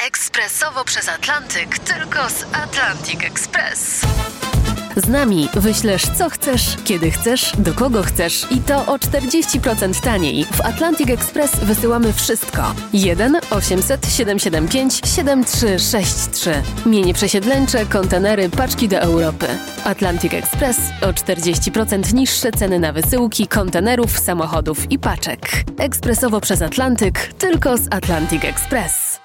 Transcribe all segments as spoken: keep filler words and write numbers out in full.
Ekspresowo przez Atlantyk, tylko z Atlantic Express. Z nami wyślesz co chcesz, kiedy chcesz, do kogo chcesz i to o czterdzieści procent taniej. W Atlantic Express wysyłamy wszystko. jeden osiemset siedemset siedemdziesiąt pięć siedemdziesiąt trzy sześćdziesiąt trzy. Mienie przesiedleńcze, kontenery, paczki do Europy. Atlantic Express o czterdzieści procent niższe ceny na wysyłki kontenerów, samochodów i paczek. Ekspresowo przez Atlantyk, tylko z Atlantic Express.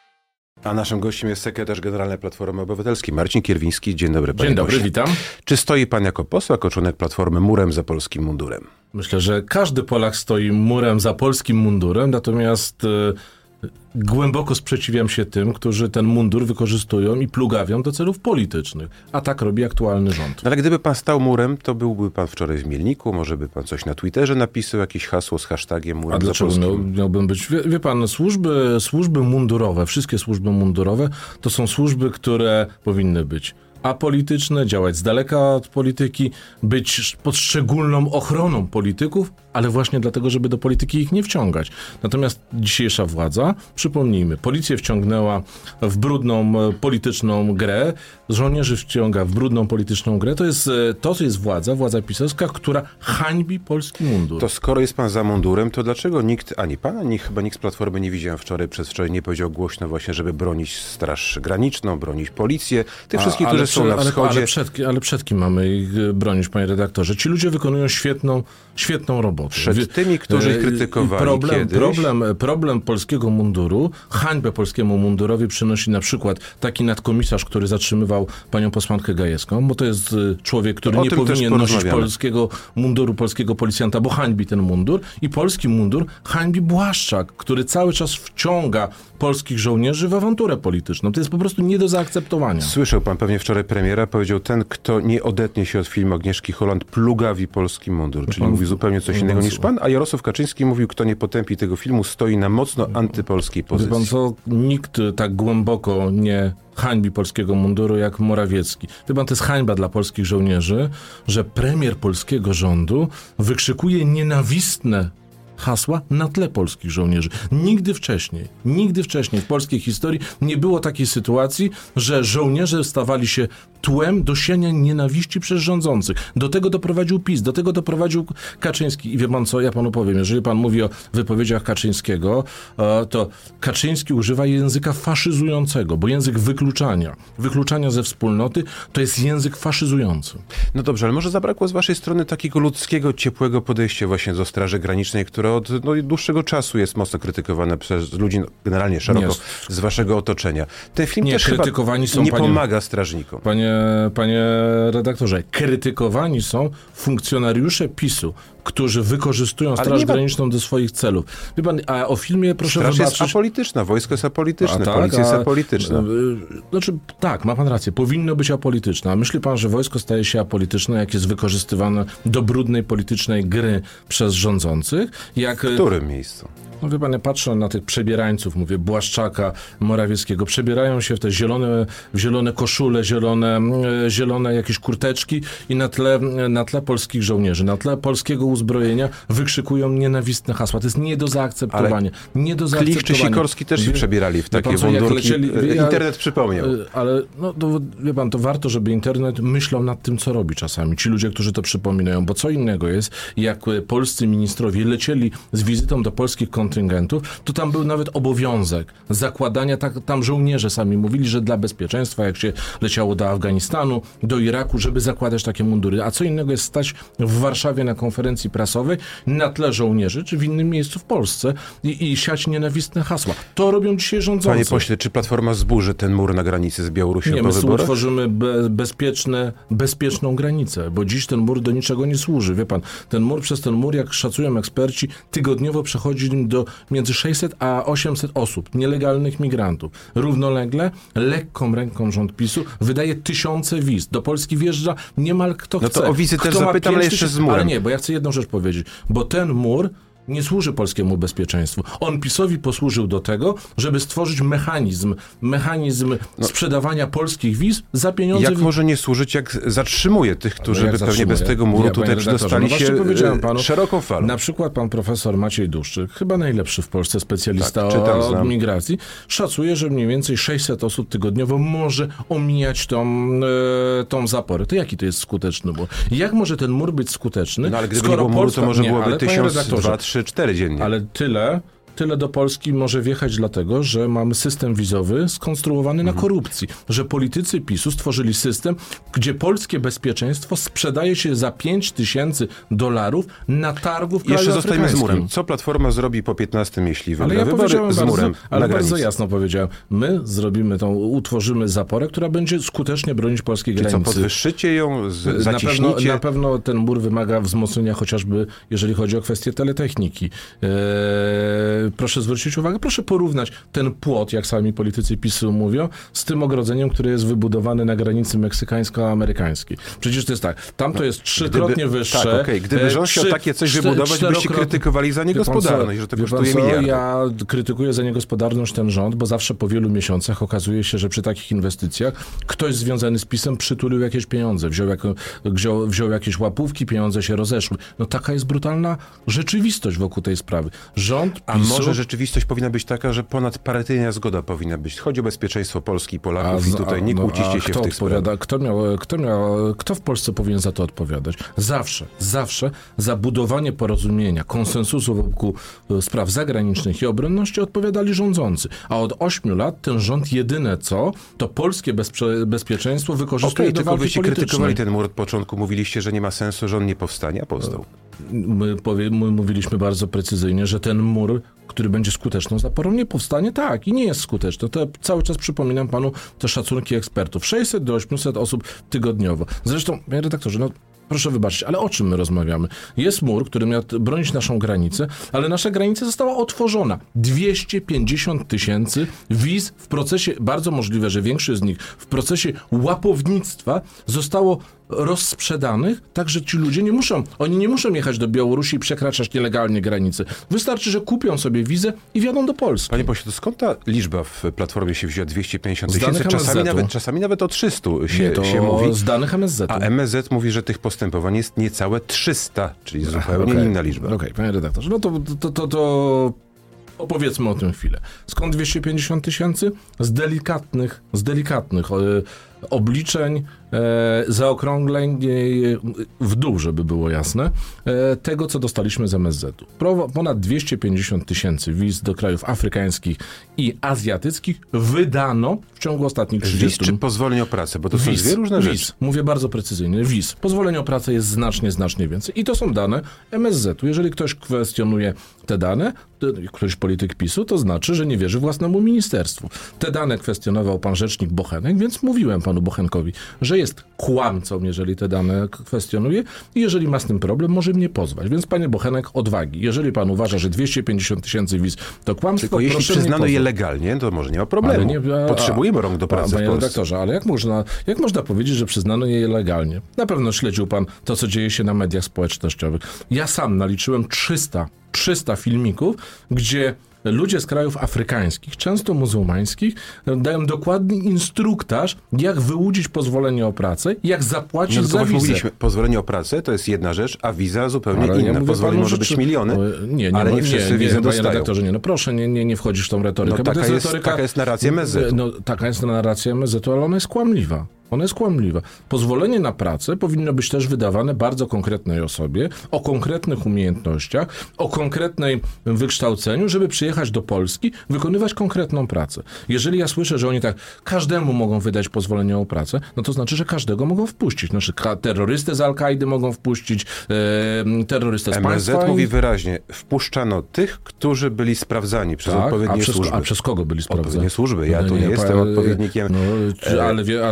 A naszym gościem jest sekretarz generalny Platformy Obywatelskiej, Marcin Kierwiński. Dzień dobry, panie Dzień dobry, pośle. witam. Czy stoi pan jako poseł, jako członek Platformy murem za polskim mundurem? Myślę, że każdy Polak stoi murem za polskim mundurem, natomiast e, głęboko sprzeciwiam się tym, którzy ten mundur wykorzystują i plugawią do celów politycznych. A tak robi aktualny rząd. Ale gdyby pan stał murem, to byłby pan wczoraj w Mielniku, może by pan coś na Twitterze napisał, jakieś hasło z hashtagiem murem A dlaczego za polskim. miał, miałbym być? Wie, wie pan, służby, służby mundurowe, wszystkie służby mundurowe, to są służby, które powinny być apolityczne, działać z daleka od polityki, być pod szczególną ochroną polityków, ale właśnie dlatego, żeby do polityki ich nie wciągać. Natomiast dzisiejsza władza, przypomnijmy, policję wciągnęła w brudną polityczną grę, żołnierzy wciąga w brudną polityczną grę. To jest, to jest władza, władza pisowska, która hańbi polski mundur. To skoro jest pan za mundurem, to dlaczego nikt, ani pan, ani chyba nikt z Platformy nie widziałem wczoraj, przez wczoraj nie powiedział głośno właśnie, żeby bronić Straż Graniczną, bronić policję, tych A, wszystkich, ale którzy są na ale, wschodzie. Ale przed, ale przed kim mamy ich bronić, panie redaktorze? Ci ludzie wykonują świetną, świetną robotę. Przed tymi, którzy ich krytykowali problem, kiedyś. Problem, problem polskiego munduru, hańbę polskiemu mundurowi przynosi na przykład taki nadkomisarz, który zatrzymywał panią posłankę Gajewską, bo to jest człowiek, który O nie tym też powinien nosić porozmawiamy. polskiego munduru, polskiego policjanta, bo hańbi ten mundur i polski mundur hańbi Błaszczak, który cały czas wciąga polskich żołnierzy w awanturę polityczną. To jest po prostu nie do zaakceptowania. Słyszał pan pewnie wczoraj premiera, powiedział, ten, kto nie odetnie się od filmu Agnieszki Holland, plugawi polski mundur. Czyli pan- mówi zupełnie coś pan- innego niż pan, a Jarosław Kaczyński mówił, kto nie potępi tego filmu, stoi na mocno antypolskiej Wie pozycji. pan co, nikt tak głęboko nie hańbi polskiego munduru jak Morawiecki. Wie pan, to jest hańba dla polskich żołnierzy, że premier polskiego rządu wykrzykuje nienawistne hasła na tle polskich żołnierzy. Nigdy wcześniej, nigdy wcześniej w polskiej historii nie było takiej sytuacji, że żołnierze stawali się tłem do siania nienawiści przez rządzących. Do tego doprowadził PiS, do tego doprowadził Kaczyński. I wie pan co, ja panu powiem, jeżeli pan mówi o wypowiedziach Kaczyńskiego, to Kaczyński używa języka faszyzującego, bo język wykluczania, wykluczania ze wspólnoty, to jest język faszyzujący. No dobrze, ale może zabrakło z waszej strony takiego ludzkiego, ciepłego podejścia właśnie do Straży Granicznej, która od no, dłuższego czasu jest mocno krytykowana przez ludzi no, generalnie szeroko Jest. z waszego otoczenia. Ten film Nie, też chyba krytykowani są, nie panie- pomaga strażnikom. Panie, panie redaktorze, krytykowani są funkcjonariusze PiSu, którzy wykorzystują Ale Straż nie ma- Graniczną do swoich celów. Wie pan, a o filmie proszę Straż jest zobaczyć... apolityczna, wojsko jest apolityczne, A tak, policja jest a- apolityczna. y, Znaczy, tak, ma pan rację, powinno być apolityczne. A myśli pan, że wojsko staje się apolityczne, jak jest wykorzystywane do brudnej politycznej gry przez rządzących? Jak, W którym miejscu? no wie pan, ja patrzę na tych przebierańców, mówię, Błaszczaka, Morawieckiego, przebierają się w te zielone, w zielone koszule, zielone, e, zielone jakieś kurteczki i na tle, na tle polskich żołnierzy, na tle polskiego uzbrojenia wykrzykują nienawistne hasła. To jest nie do zaakceptowania. Nie do Klich zaakceptowania. czy Sikorski też się Wie- przebierali w wie takie pan co, jak mundurki. lecieli- wie- ja- Internet przypomniał. Y, Ale no, to, wie pan, to warto, żeby internet myślał nad tym, co robi czasami. Ci ludzie, którzy to przypominają, bo co innego jest, jak y, polscy ministrowie lecieli z wizytą do polskich kontyngentów, to tam był nawet obowiązek zakładania, tak, tam żołnierze sami mówili, że dla bezpieczeństwa, jak się leciało do Afganistanu, do Iraku, żeby zakładać takie mundury. A co innego jest stać w Warszawie na konferencji prasowej na tle żołnierzy, czy w innym miejscu w Polsce i, i siać nienawistne hasła. To robią dzisiaj rządzący. Panie pośle, czy Platforma zburzy ten mur na granicy z Białorusią Nie, po my tu wyborach? utworzymy be, bezpieczne, bezpieczną granicę, bo dziś ten mur do niczego nie służy. Wie pan, ten mur, przez ten mur, jak szacują eksperci, tygodniowo przechodzi do między sześćset a osiemset osób, nielegalnych migrantów. Równolegle, lekką ręką rząd PiSu wydaje tysiące wiz. Do Polski wjeżdża niemal kto No chce. to o wizy Kto też ma zapytam, ale pięć jeszcze z tysięcy- murem. Ale nie, bo ja chcę jedną rzecz powiedzieć, bo ten mur nie służy polskiemu bezpieczeństwu. On PiS-owi posłużył do tego, żeby stworzyć mechanizm, mechanizm no, sprzedawania polskich wiz za pieniądze... Jak może nie służyć, jak zatrzymuje tych, którzy by pewnie zatrzymuje? bez tego muru ja, tutaj przedostali no się panu, szeroką falą. Na przykład pan profesor Maciej Duszczyk, chyba najlepszy w Polsce specjalista tak, czytam, od znam. migracji, szacuje, że mniej więcej sześćset osób tygodniowo może omijać tą, e, tą zaporę. To jaki to jest skuteczny mur? Jak może ten mur być skuteczny? No ale gdyby skoro nie było muru, Polska... to może nie, byłoby tysiąc, dwa, trzy, cztery dziennie. Ale tyle... Tyle do Polski może wjechać dlatego, że mamy system wizowy skonstruowany na korupcji. Że politycy PiSu stworzyli system, gdzie polskie bezpieczeństwo sprzedaje się za pięć tysięcy dolarów na targu w kraju Jeszcze zostajemy z afrykańskim. murem. Co Platforma zrobi po piętnastym, jeśli wygra Ale ja wybory powiedziałem z bardzo, murem ale na bardzo granicy? jasno powiedziałem. My zrobimy tą, utworzymy zaporę, która będzie skutecznie bronić polskiej Czyli granicy. co, podwyższycie ją, z, Na pewno, zaciśnicie? na pewno ten mur wymaga wzmocnienia chociażby, jeżeli chodzi o kwestię teletechniki. Eee, proszę zwrócić uwagę, proszę porównać ten płot, jak sami politycy PiSu mówią, z tym ogrodzeniem, które jest wybudowane na granicy meksykańsko-amerykańskiej. Przecież to jest tak, tam to jest trzykrotnie Gdyby, wyższe. Tak, okej. Okay. Gdyby rząd chciał takie coś czter, wybudować, byście krytykowali za niegospodarność, że to kosztuje co, miliardy. Ja krytykuję za niegospodarność ten rząd, bo zawsze po wielu miesiącach okazuje się, że przy takich inwestycjach ktoś związany z PiS-em przytulił jakieś pieniądze, wziął, jako, wziął, wziął jakieś łapówki, pieniądze się rozeszły. No taka jest brutalna rzeczywistość wokół tej sprawy. Rząd PiS-u... A może rzeczywistość powinna być taka, że ponadpartyjna zgoda powinna być. Chodzi o bezpieczeństwo Polski i Polaków a, i tutaj nie kłócicie no, się kto w tych sprawach. Kto miał, kto miał, kto w Polsce powinien za to odpowiadać? Zawsze, zawsze za budowanie porozumienia, konsensusu wokół spraw zagranicznych i obronności odpowiadali rządzący. A od ośmiu lat ten rząd jedyne co, to polskie bezprze- bezpieczeństwo wykorzystuje okay, do tylko walki wyście politycznej. krytykowali ten mur od początku, mówiliście, że nie ma sensu, że on nie powstanie, a powstał. My, powie, my mówiliśmy bardzo precyzyjnie, że ten mur, który będzie skuteczną zaporą, nie powstanie, tak, i nie jest skuteczny. To cały czas przypominam panu te szacunki ekspertów. sześćset do osiemset osób tygodniowo. Zresztą, panie redaktorze, no proszę wybaczyć, ale o czym my rozmawiamy? Jest mur, który miał bronić naszą granicę, ale nasza granica została otworzona. dwieście pięćdziesiąt tysięcy wiz w procesie, bardzo możliwe, że większy z nich, w procesie łapownictwa zostało rozsprzedanych, tak że ci ludzie nie muszą, oni nie muszą jechać do Białorusi i przekraczać nielegalnie granicy. Wystarczy, że kupią sobie wizę i wjadą do Polski. Panie pośle, to skąd ta liczba w Platformie się wzięła dwieście pięćdziesiąt tysięcy? Czasami nawet, czasami nawet o trzysta się, nie, to się mówi. Z danych M S Z-u. A M S Z mówi, że tych postępowań jest niecałe trzysta, czyli zupełnie okay. inna liczba. Okej, okay, panie redaktorze, no to, to, to, to opowiedzmy o tym chwilę. Skąd dwieście pięćdziesiąt tysięcy? Z delikatnych, z delikatnych e, obliczeń, e, zaokrągleń e, w dół, żeby było jasne, e, tego, co dostaliśmy z M S Z-u. Pro, ponad dwieście pięćdziesiąt tysięcy wiz do krajów afrykańskich i azjatyckich wydano w ciągu ostatnich trzydziestu Wiz czy pozwolenie o pracę? Bo to wiz, są dwie różne wiz. rzeczy. Mówię bardzo precyzyjnie. Wiz. Pozwolenie o pracę jest znacznie, znacznie więcej. I to są dane M S Z-u. Jeżeli ktoś kwestionuje te dane, ktoś polityk PiSu, to znaczy, że nie wierzy własnemu ministerstwu. Te dane kwestionował pan rzecznik Bochenek, więc mówiłem panu Bochenkowi, że jest kłamcą, jeżeli te dane kwestionuje i jeżeli ma z tym problem, może mnie pozwać. Więc panie Bochenek, odwagi. Jeżeli pan uważa, że dwieście pięćdziesiąt tysięcy wiz to kłamstwo, tylko jeśli proszę przyznano mnie je legalnie, to może nie ma problemu. Nie, a, Potrzebujemy rąk do pracy panie w Polsce. redaktorze, ale jak można, jak można powiedzieć, że przyznano je legalnie? Na pewno śledził pan to, co dzieje się na mediach społecznościowych. Ja sam naliczyłem trzysta, trzysta filmików, gdzie ludzie z krajów afrykańskich, często muzułmańskich, dają dokładny instruktaż, jak wyłudzić pozwolenie o pracę, jak zapłacić no, za wizę. Mówiliśmy, pozwolenie o pracę to jest jedna rzecz, a wiza zupełnie ale inna. Ja Pozwolenie może być miliony, o, nie, nie, ale nie wszyscy nie, wizę nie, dostają. Panie redaktorze, nie, no proszę, nie, nie, nie wchodzisz w tą retorykę. No, bo taka, to jest jest, retoryka, taka jest narracja M S Z-u. No, taka jest narracja M S Z-u, ale ona jest kłamliwa. Ona jest kłamliwa. Pozwolenie na pracę powinno być też wydawane bardzo konkretnej osobie, o konkretnych umiejętnościach, o konkretnym wykształceniu, żeby przyjechać do Polski, wykonywać konkretną pracę. Jeżeli ja słyszę, że oni tak każdemu mogą wydać pozwolenie o pracę, no to znaczy, że każdego mogą wpuścić. Znaczy, terrorystę z Al-Kaidy mogą wpuścić, e, terrorystę z M S Z państwa. mówi i... wyraźnie, wpuszczano tych, którzy byli sprawdzani przez tak? odpowiednie a przez, służby. A przez kogo byli sprawdzani? Odpowiednie służby. Ja no, tu nie, nie jestem odpowiednikiem. No, czy, ale, wie, ale wierzy pan,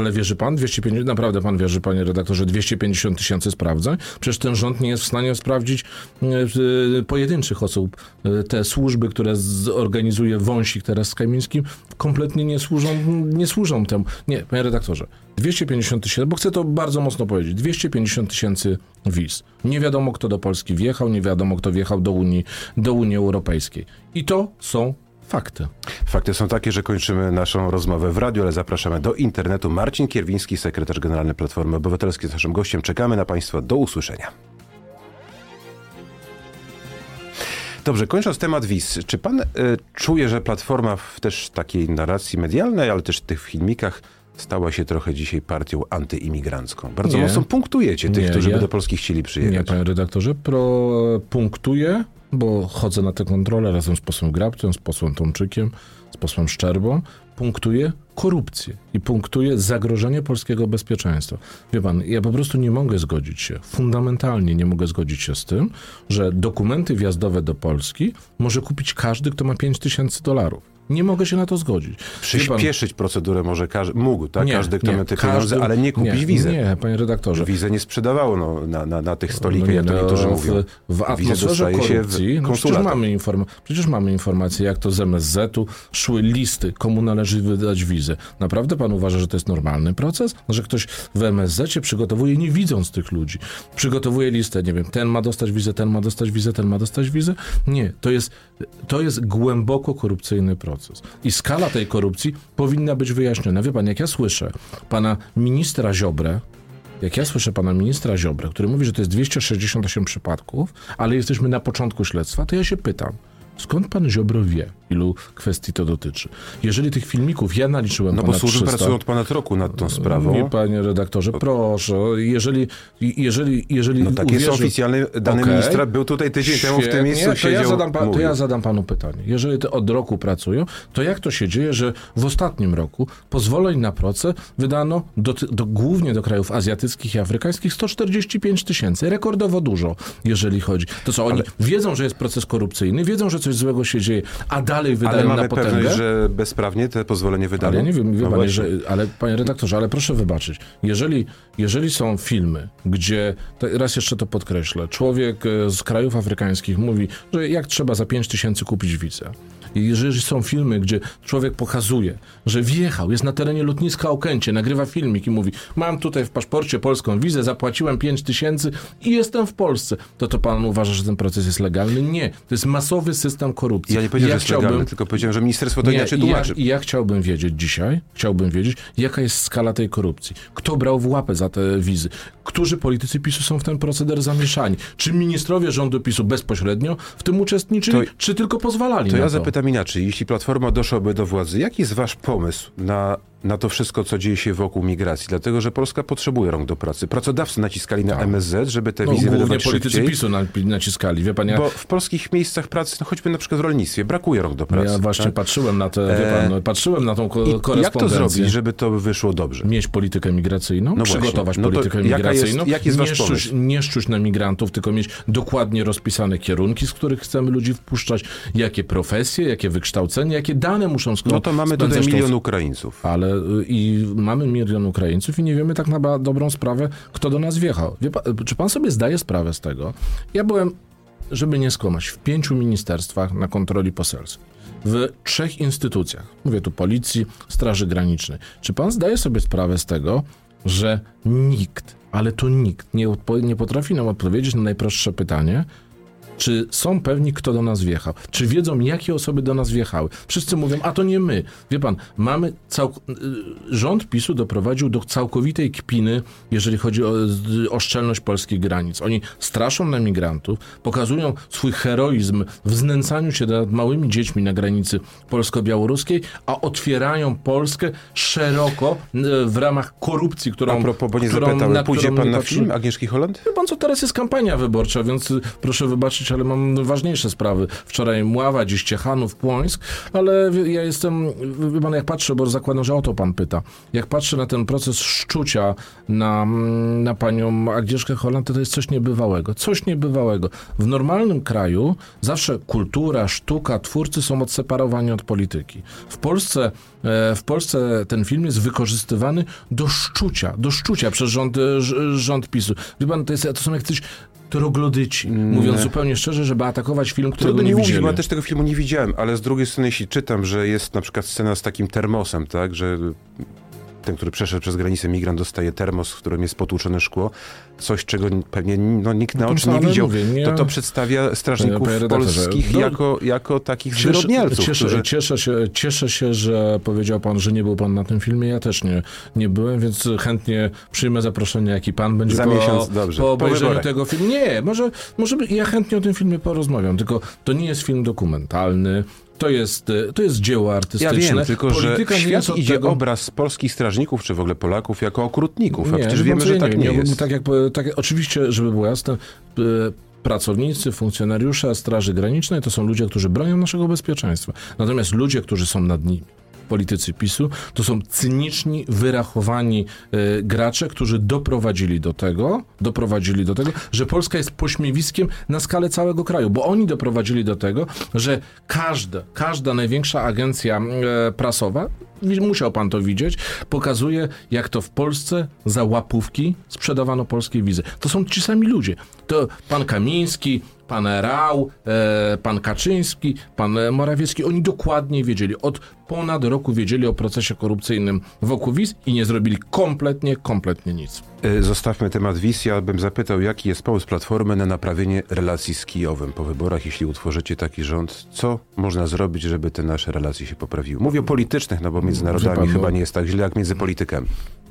pan? dwieście pięćdziesiąt, naprawdę pan wierzy, panie redaktorze, dwieście pięćdziesiąt tysięcy sprawdzań? Przecież ten rząd nie jest w stanie sprawdzić y, pojedynczych osób. Y, te służby, które zorganizuje Wąsik teraz z Kamińskim, kompletnie nie służą, nie służą temu. Nie, panie redaktorze, dwieście pięćdziesiąt tysięcy, bo chcę to bardzo mocno powiedzieć, dwieście pięćdziesiąt tysięcy wiz. Nie wiadomo, kto do Polski wjechał, nie wiadomo, kto wjechał do Unii, do Unii Europejskiej. I to są fakty. Fakty są takie, że kończymy naszą rozmowę w radiu, ale zapraszamy do internetu. Marcin Kierwiński, sekretarz generalny Platformy Obywatelskiej, jest naszym gościem. Czekamy na państwa. Do usłyszenia. Dobrze, kończąc temat wiz, czy pan y, czuje, że Platforma w też takiej narracji medialnej, ale też w tych filmikach stała się trochę dzisiaj partią antyimigrancką? Bardzo nie. mocno punktujecie tych, nie, którzy ja, by do Polski chcieli przyjechać. Nie, panie redaktorze, pro, punktuję, bo chodzę na tę kontrolę razem z posłem Grabcem, z posłem Tomczykiem, z posłem Szczerbą, punktuję korupcję i punktuję zagrożenie polskiego bezpieczeństwa. Wie pan, ja po prostu nie mogę zgodzić się, fundamentalnie nie mogę zgodzić się z tym, że dokumenty wjazdowe do Polski może kupić każdy, kto ma pięć tysięcy dolarów. Nie mogę się na to zgodzić. Przyspieszyć pan, procedurę może każ- mógł, tak? Nie, każdy, kto nie, ma te każdy, pieniądze, ale nie kupić nie, wizę. Nie, panie redaktorze. Wizę nie sprzedawało no, na, na, na tych stolikach, no nie, jak to no, niektórzy w, mówią. W atmosferze korupcji, no przecież, mamy inform- przecież mamy informacje, jak to z M S Z-u szły listy, komu należy wydać wizę. Naprawdę pan uważa, że to jest normalny proces? Że ktoś w M S Z-cie przygotowuje, nie widząc tych ludzi, przygotowuje listę, nie wiem, ten ma dostać wizę, ten ma dostać wizę, ten ma dostać wizę? Nie, to jest, to jest głęboko korupcyjny proces. I skala tej korupcji powinna być wyjaśniona. Wie pan, jak ja słyszę pana ministra Ziobrę, jak ja słyszę pana ministra Ziobrę, który mówi, że to jest dwieście sześćdziesiąt osiem przypadków, ale jesteśmy na początku śledztwa, to ja się pytam, skąd pan Ziobro wie, ilu kwestii to dotyczy? Jeżeli tych filmików ja naliczyłem no ponad bo służby trzysta... pracują od ponad roku nad tą sprawą. Nie, panie redaktorze, proszę. Jeżeli, jeżeli, jeżeli no takie uwierzy... są oficjalne dane okay. ministra. Był tutaj tydzień temu w tym miejscu, to siedział, ja, zadam pa, to ja zadam panu pytanie. Jeżeli to od roku pracują, to jak to się dzieje, że w ostatnim roku pozwoleń na pracę wydano do, do, głównie do krajów azjatyckich i afrykańskich sto czterdzieści pięć tysięcy. Rekordowo dużo, jeżeli chodzi. To co, oni ale... wiedzą, że jest proces korupcyjny, wiedzą, że coś złego się dzieje, a dalej wydają ale mamy na potęgę. pewność, że bezprawnie te pozwolenie wydano? Ale ja nie wiem, wie no panie, że, ale panie redaktorze, ale proszę wybaczyć. Jeżeli, jeżeli są filmy, gdzie, raz jeszcze to podkreślę, człowiek z krajów afrykańskich mówi, że jak trzeba za pięć tysięcy kupić wizę. I jeżeli są filmy, gdzie człowiek pokazuje, że wjechał, jest na terenie lotniska Okęcie, nagrywa filmik i mówi, mam tutaj w paszporcie polską wizę, zapłaciłem pięć tysięcy i jestem w Polsce, to to pan uważa, że ten proces jest legalny? Nie. To jest masowy system korupcji. Ja nie powiedziałem, ja że jest chciałbym... legalny, tylko powiedziałem, że ministerstwo to nie, inaczej tłumaczy. I ja, ja chciałbym wiedzieć dzisiaj, chciałbym wiedzieć, jaka jest skala tej korupcji. Kto brał w łapę za te wizy? Którzy politycy PiSu są w ten proceder zamieszani? Czy ministrowie rządu PiSu bezpośrednio w tym uczestniczyli, to, czy tylko pozwalali to na ja to? Zapytam inaczej. Jeśli Platforma doszłaby do władzy, jaki jest wasz pomysł na, na to wszystko, co dzieje się wokół migracji? Dlatego, że Polska potrzebuje rąk do pracy. Pracodawcy naciskali na tak. M S Z, żeby te no, wizy wydawać głównie politycy szybciej. PiSu naciskali. Wie pan, ja... Bo w polskich miejscach pracy, no choćby na przykład w rolnictwie, brakuje rąk do pracy. Ja właśnie tak? patrzyłem na te, wie pan, no, patrzyłem na tą ko- I korespondencję. Jak to zrobić, żeby to wyszło dobrze? Mieć politykę migracyjną, no przygotować no politykę migracyjną, jest, jaki jest wasz nie, szczuć, nie szczuć na migrantów, tylko mieć dokładnie rozpisane kierunki, z których chcemy ludzi wpuszczać, jakie profesje, jakie wykształcenie, jakie dane muszą składać. No to mamy tutaj milion tą... Ukraińców. Ale i mamy milion Ukraińców i nie wiemy tak na dobrą sprawę, kto do nas wjechał. Wie pan, czy pan sobie zdaje sprawę z tego? Ja byłem, żeby nie skłamać, w pięciu ministerstwach na kontroli poselskiej. W trzech instytucjach. Mówię tu Policji, Straży Granicznej. Czy pan zdaje sobie sprawę z tego, że nikt, ale to nikt nie, odpo- nie potrafi nam odpowiedzieć na najprostsze pytanie, czy są pewni, kto do nas wjechał? Czy wiedzą, jakie osoby do nas wjechały? Wszyscy mówią, a to nie my. Wie pan, mamy cał... rząd PiSu doprowadził do całkowitej kpiny, jeżeli chodzi o, o szczelność polskich granic. Oni straszą na migrantów, pokazują swój heroizm w znęcaniu się nad małymi dziećmi na granicy polsko-białoruskiej, a otwierają Polskę szeroko w ramach korupcji, którą... A propos, bo nie którą, zapytałem, na pójdzie pan na patrzy... film Agnieszki Holland? Wie pan co, teraz jest kampania wyborcza, więc proszę wybaczyć, kończyć, ale mam ważniejsze sprawy. Wczoraj Mława, dziś Ciechanów, Płońsk, ale ja jestem, wie pan, jak patrzę, bo zakładam, że o to pan pyta, jak patrzę na ten proces szczucia na, na panią Agnieszkę Holland, to to jest coś niebywałego. Coś niebywałego. W normalnym kraju zawsze kultura, sztuka, twórcy są odseparowani od polityki. W Polsce, w Polsce ten film jest wykorzystywany do szczucia, do szczucia przez rząd, rząd PiSu. Wie pan, to, jest, to są jakieś troglodyci, mówiąc zupełnie szczerze, żeby atakować film, którego nie, nie widzieli. Mówić, bo ja też tego filmu nie widziałem, ale z drugiej strony, jeśli czytam, że jest na przykład scena z takim termosem, tak, że ten, który przeszedł przez granicę, migrant dostaje termos, w którym jest potłuczone szkło, coś, czego pewnie no, nikt na oczy nie widział, mówię, nie... to to przedstawia strażników panie, panie polskich do... jako, jako takich cieszę, zwyrodnialców. Cieszę, którzy... cieszę, się, cieszę się, że powiedział pan, że nie był pan na tym filmie. Ja też nie, nie byłem, więc chętnie przyjmę zaproszenie, jaki pan będzie Za po, miesiąc, dobrze. po obejrzeniu po tego filmu. Nie, może, może by, ja chętnie o tym filmie porozmawiam, tylko to nie jest film dokumentalny. To jest, to jest dzieło artystyczne. Ja wiem, tylko Polityka że w świat idzie tego... obraz polskich strażników, czy w ogóle Polaków, jako okrutników. A nie, przecież wiemy, że tak nie, nie jest. Tak jak, tak, oczywiście, żeby było jasne, pracownicy, funkcjonariusze Straży Granicznej to są ludzie, którzy bronią naszego bezpieczeństwa. Natomiast ludzie, którzy są nad nimi, politycy PiSu, to są cyniczni, wyrachowani y, gracze, którzy doprowadzili do tego, doprowadzili do tego, że Polska jest pośmiewiskiem na skalę całego kraju, bo oni doprowadzili do tego, że każda, każda największa agencja y, prasowa, musiał pan to widzieć, pokazuje, jak to w Polsce za łapówki sprzedawano polskie wizy. To są ci sami ludzie. To pan Kamiński, pan Rau, e, pan Kaczyński, pan Morawiecki, oni dokładnie wiedzieli. Od ponad roku wiedzieli o procesie korupcyjnym wokół wiz i nie zrobili kompletnie, kompletnie nic. Zostawmy temat wiz. Ja bym zapytał, jaki jest pomysł Platformy na naprawienie relacji z Kijowem po wyborach, jeśli utworzycie taki rząd. Co można zrobić, żeby te nasze relacje się poprawiły? Mówię o politycznych, no bo między narodami pan, chyba no... nie jest tak źle, jak między politykami.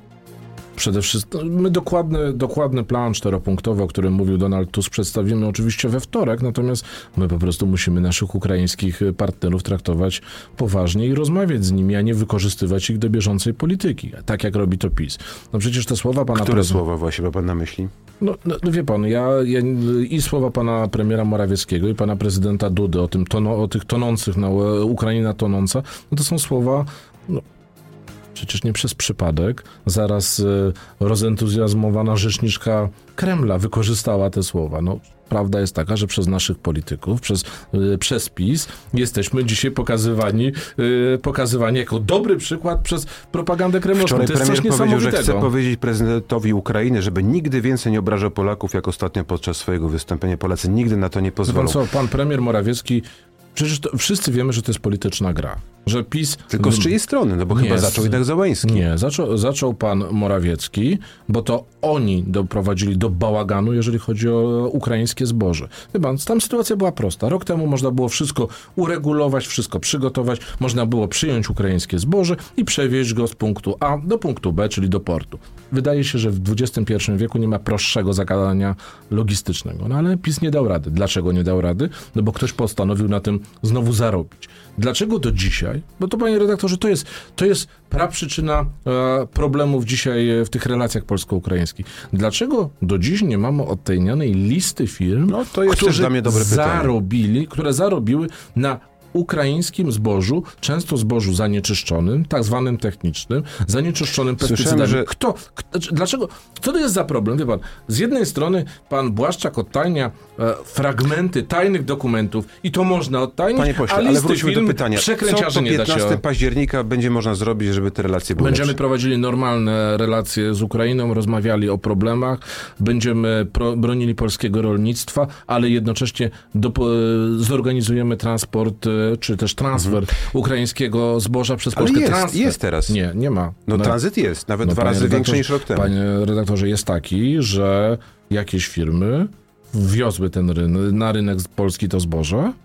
Przede wszystkim my dokładny, dokładny plan czteropunktowy, o którym mówił Donald Tusk, przedstawimy oczywiście we wtorek, natomiast my po prostu musimy naszych ukraińskich partnerów traktować poważnie i rozmawiać z nimi, a nie wykorzystywać ich do bieżącej polityki, tak jak robi to PiS. No przecież te słowa pana... Które prezydenta... słowa właśnie ma pan na myśli? No, no, no wie pan, ja, ja i słowa pana premiera Morawieckiego i pana prezydenta Dudy o tym tono, o tych tonących, no, Ukraina tonąca, no to są słowa... No, przecież nie przez przypadek zaraz y, rozentuzjazmowana rzeczniczka Kremla wykorzystała te słowa. No, prawda jest taka, że przez naszych polityków, przez, y, przez PiS jesteśmy dzisiaj pokazywani, y, pokazywani jako dobry przykład przez propagandę kremlowską. Wczoraj to jest premier coś powiedział, że chce powiedzieć prezydentowi Ukrainy, żeby nigdy więcej nie obrażał Polaków, jak ostatnio podczas swojego wystąpienia. Polacy nigdy na to nie pozwolą. Pan, co, pan premier Morawiecki, przecież to, wszyscy wiemy, że to jest polityczna gra. Że PiS... Tylko z czyjej strony? No bo nie, chyba zaczął jednak Załęski. Nie, zaczął, zaczął pan Morawiecki, bo to oni doprowadzili do bałaganu, jeżeli chodzi o ukraińskie zboże. Chyba tam sytuacja była prosta. Rok temu można było wszystko uregulować, wszystko przygotować, można było przyjąć ukraińskie zboże i przewieźć go z punktu A do punktu B, czyli do portu. Wydaje się, że w dwudziestym pierwszym wieku nie ma prostszego zagadania logistycznego. No ale PiS nie dał rady. Dlaczego nie dał rady? No bo ktoś postanowił na tym znowu zarobić. Dlaczego do dzisiaj? Bo to, panie redaktorze, to jest, to jest praprzyczyna e, problemów dzisiaj w tych relacjach polsko-ukraińskich. Dlaczego do dziś nie mamy odtajnionej listy firm, no, to jest którzy dla mnie dobre zarobili, które zarobiły na ukraińskim zbożu, często zbożu zanieczyszczonym, tak zwanym technicznym, zanieczyszczonym pestycydami. Że... Kto, kto, dlaczego? Co to jest za problem? Wie pan, z jednej strony pan Błaszczak odtajnia e, fragmenty tajnych dokumentów i to można odtajnić, panie pośle, a listy ale wróćmy film do pytania. Co po piętnastego października będzie można zrobić, żeby te relacje były Będziemy lepsze? prowadzili normalne relacje z Ukrainą, rozmawiali o problemach, będziemy pro, bronili polskiego rolnictwa, ale jednocześnie do, zorganizujemy transport czy też transfer mhm. ukraińskiego zboża przez Polskę. Ale jest, transfer. jest teraz. Nie, nie ma. No, no tranzyt jest, nawet no, dwa razy większy niż rok temu. Panie redaktorze, jest taki, że jakieś firmy wwiozły ten rynek, na rynek polski to zboże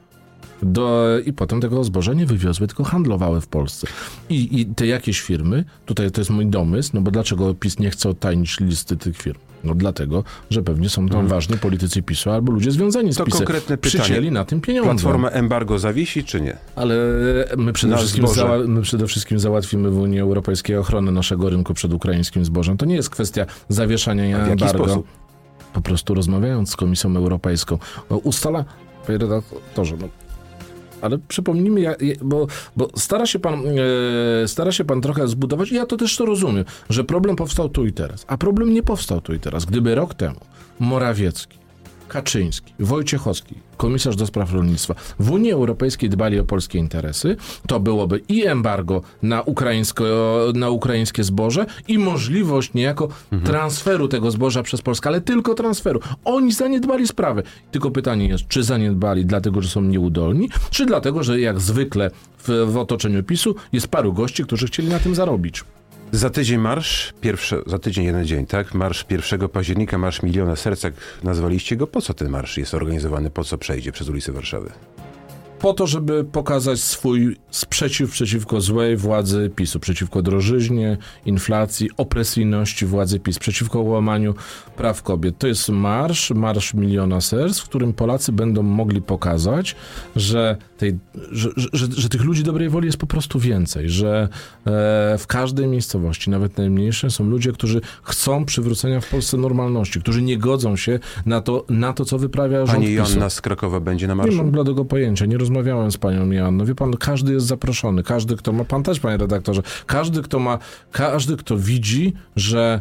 do, i potem tego zboża nie wywiozły, tylko handlowały w Polsce. I, I te jakieś firmy, tutaj to jest mój domysł, no bo dlaczego PiS nie chce odtajnić listy tych firm? No dlatego, że pewnie są tam hmm. ważni politycy PiSu albo ludzie związani z to PiSem. Konkretne pytanie. Przycięli na tym pieniądze. Platforma embargo zawiesi, czy nie? Ale my przede, wszystkim zała- my przede wszystkim załatwimy w Unii Europejskiej ochronę naszego rynku przed ukraińskim zbożem. To nie jest kwestia zawieszania A w embargo. jaki sposób? po prostu rozmawiając z Komisją Europejską, no, ustala, panie redaktorze, no, ale przypomnijmy, ja, ja, bo, bo stara się pan e, stara się pan trochę zbudować, i ja to też to rozumiem, że problem powstał tu i teraz. A problem nie powstał tu i teraz. Gdyby rok temu Morawiecki, Kaczyński, Wojciechowski, komisarz do spraw rolnictwa, w Unii Europejskiej dbali o polskie interesy, to byłoby i embargo na, ukraińsko, na ukraińskie zboże i możliwość niejako mhm. transferu tego zboża przez Polskę, ale tylko transferu. Oni zaniedbali sprawę. Tylko pytanie jest, czy zaniedbali dlatego, że są nieudolni, czy dlatego, że jak zwykle w, w otoczeniu PiSu jest paru gości, którzy chcieli na tym zarobić. Za tydzień marsz, pierwsze, za tydzień jeden dzień, tak? Marsz pierwszego października, marsz Miliona Serc, jak nazwaliście go. Po co ten marsz jest organizowany? Po co przejdzie przez ulice Warszawy? Po to, żeby pokazać swój sprzeciw przeciwko złej władzy PiSu, przeciwko drożyźnie, inflacji, opresyjności władzy PiS, przeciwko łamaniu praw kobiet. To jest marsz, marsz Miliona Serc, w którym Polacy będą mogli pokazać, że, tej, że, że, że, że tych ludzi dobrej woli jest po prostu więcej, że e, w każdej miejscowości, nawet najmniejszej, są ludzie, którzy chcą przywrócenia w Polsce normalności, którzy nie godzą się na to, na to co wyprawia rząd Pani PiSu. Joanna z Krakowa będzie na marszu? Nie mam bladego pojęcia, nie rozmawiałem z panią Joanną. Wie pan, każdy jest zaproszony. Każdy, kto ma... Pan też, panie redaktorze. Każdy, kto ma... Każdy, kto widzi, że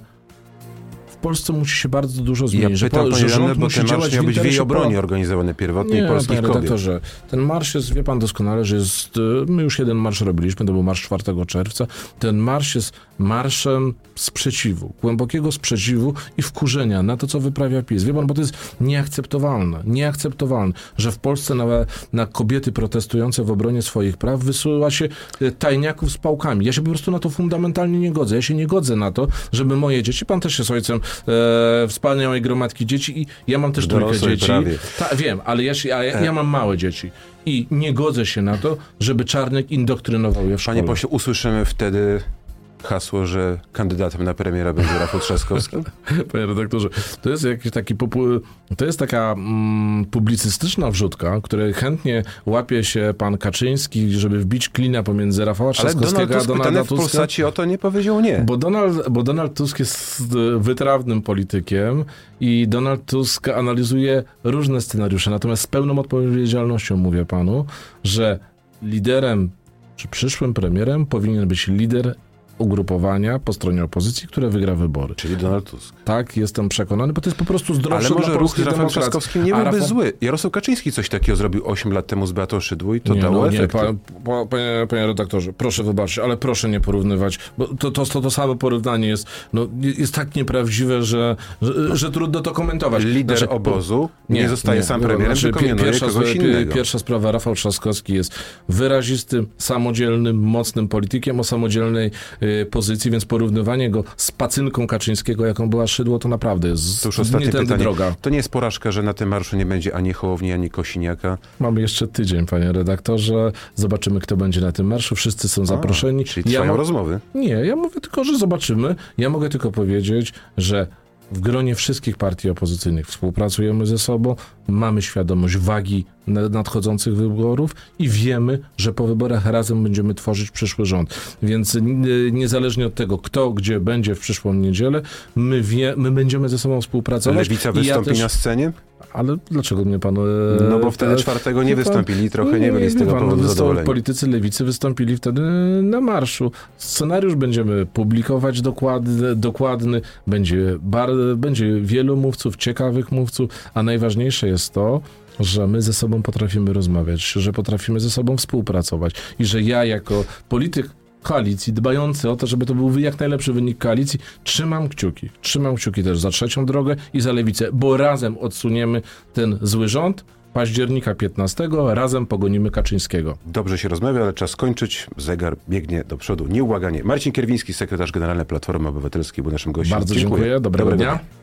w Polsce musi się bardzo dużo zmienić. Ja że, pytam po, panią że Joannę, rząd bo musi ten marsz działać miał w być w jej interesie obronie po... organizowany pierwotnie Nie, polskich panie kobiet. redaktorze, ten marsz jest, wie pan doskonale, że jest... My już jeden marsz robiliśmy, to był marsz czwartego czerwca. Ten marsz jest marszem sprzeciwu, głębokiego sprzeciwu i wkurzenia na to, co wyprawia PiS. Wie pan, bo to jest nieakceptowalne, nieakceptowalne, że w Polsce na, na kobiety protestujące w obronie swoich praw wysyła się tajniaków z pałkami. Ja się po prostu na to fundamentalnie nie godzę. Ja się nie godzę na to, żeby moje dzieci, pan też jest ojcem e, wspaniałej gromadki dzieci i ja mam też trójkę dzieci. Ta, wiem, ale ja, się, ja, ja mam małe dzieci i nie godzę się na to, żeby Czarnek indoktrynował je w szkole. Panie pośle, usłyszymy wtedy hasło, że kandydatem na premiera będzie Rafał Trzaskowski? Panie redaktorze, to jest jakiś taki popu- to jest taka mm, publicystyczna wrzutka, której chętnie łapie się pan Kaczyński, żeby wbić klina pomiędzy Rafała Trzaskowskiego Ale Donald Tusk a Donalda w Tuska. Polsacie o to nie powiedział nie. Bo Donald, bo Donald Tusk jest wytrawnym politykiem i Donald Tusk analizuje różne scenariusze, natomiast z pełną odpowiedzialnością mówię panu, że liderem czy przyszłym premierem powinien być lider ugrupowania po stronie opozycji, które wygra wybory. Czyli Donald Tusk. Tak, jestem przekonany, bo to jest po prostu zdrowsze Ale może dla ruch z Rafałem demokracji. Trzaskowskim nie A byłby Rafał... zły. Jarosław Kaczyński coś takiego zrobił osiem lat temu z Beatą Szydło i to nie, dało no, nie, efekt. pa, pa, panie, panie redaktorze, proszę wybaczyć, ale proszę nie porównywać, bo to, to, to, to samo porównanie jest, no, jest tak nieprawdziwe, że, że, że trudno to komentować. Lider znaczy, obozu nie, nie zostaje nie, sam premierem, znaczy, tylko mianuje pierwsza, kogoś innego. Pierwsza sprawa, Rafał Trzaskowski jest wyrazistym, samodzielnym, mocnym politykiem o samodzielnej y, pozycji, więc porównywanie go z pacynką Kaczyńskiego, jaką była Szydło, to naprawdę jest to już ostatnie pytanie. Droga. To nie jest porażka, że na tym marszu nie będzie ani Hołowni, ani Kosiniaka? Mamy jeszcze tydzień, panie redaktorze. Zobaczymy, kto będzie na tym marszu. Wszyscy są A, zaproszeni. Czyli trwają ja mo- rozmowy? Nie, ja mówię tylko, że zobaczymy. Ja mogę tylko powiedzieć, że w gronie wszystkich partii opozycyjnych współpracujemy ze sobą, mamy świadomość wagi nadchodzących wyborów i wiemy, że po wyborach razem będziemy tworzyć przyszły rząd. Więc niezależnie od tego, kto gdzie będzie w przyszłą niedzielę, my, wie, my będziemy ze sobą współpracować. Lewica wystąpi ja też... na scenie? Ale dlaczego mnie pan... No bo wtedy czwartego nie wystąpili, trochę nie, nie byli z tego pan, powodu zadowoleni. Politycy lewicy wystąpili wtedy na marszu. Scenariusz będziemy publikować dokładny, dokładny. Będzie, bar, będzie wielu mówców, ciekawych mówców, a najważniejsze jest to, że my ze sobą potrafimy rozmawiać, że potrafimy ze sobą współpracować i że ja jako polityk koalicji, dbający o to, żeby to był jak najlepszy wynik koalicji, trzymam kciuki. Trzymam kciuki też za Trzecią Drogę i za Lewicę, bo razem odsuniemy ten zły rząd. Października piętnastego razem pogonimy Kaczyńskiego. Dobrze się rozmawia, ale czas kończyć. Zegar biegnie do przodu. Nieubłaganie. Marcin Kierwiński, sekretarz generalny Platformy Obywatelskiej, był naszym gościem. Bardzo dziękuję. dziękuję. Dobrego, Dobrego dnia. dnia.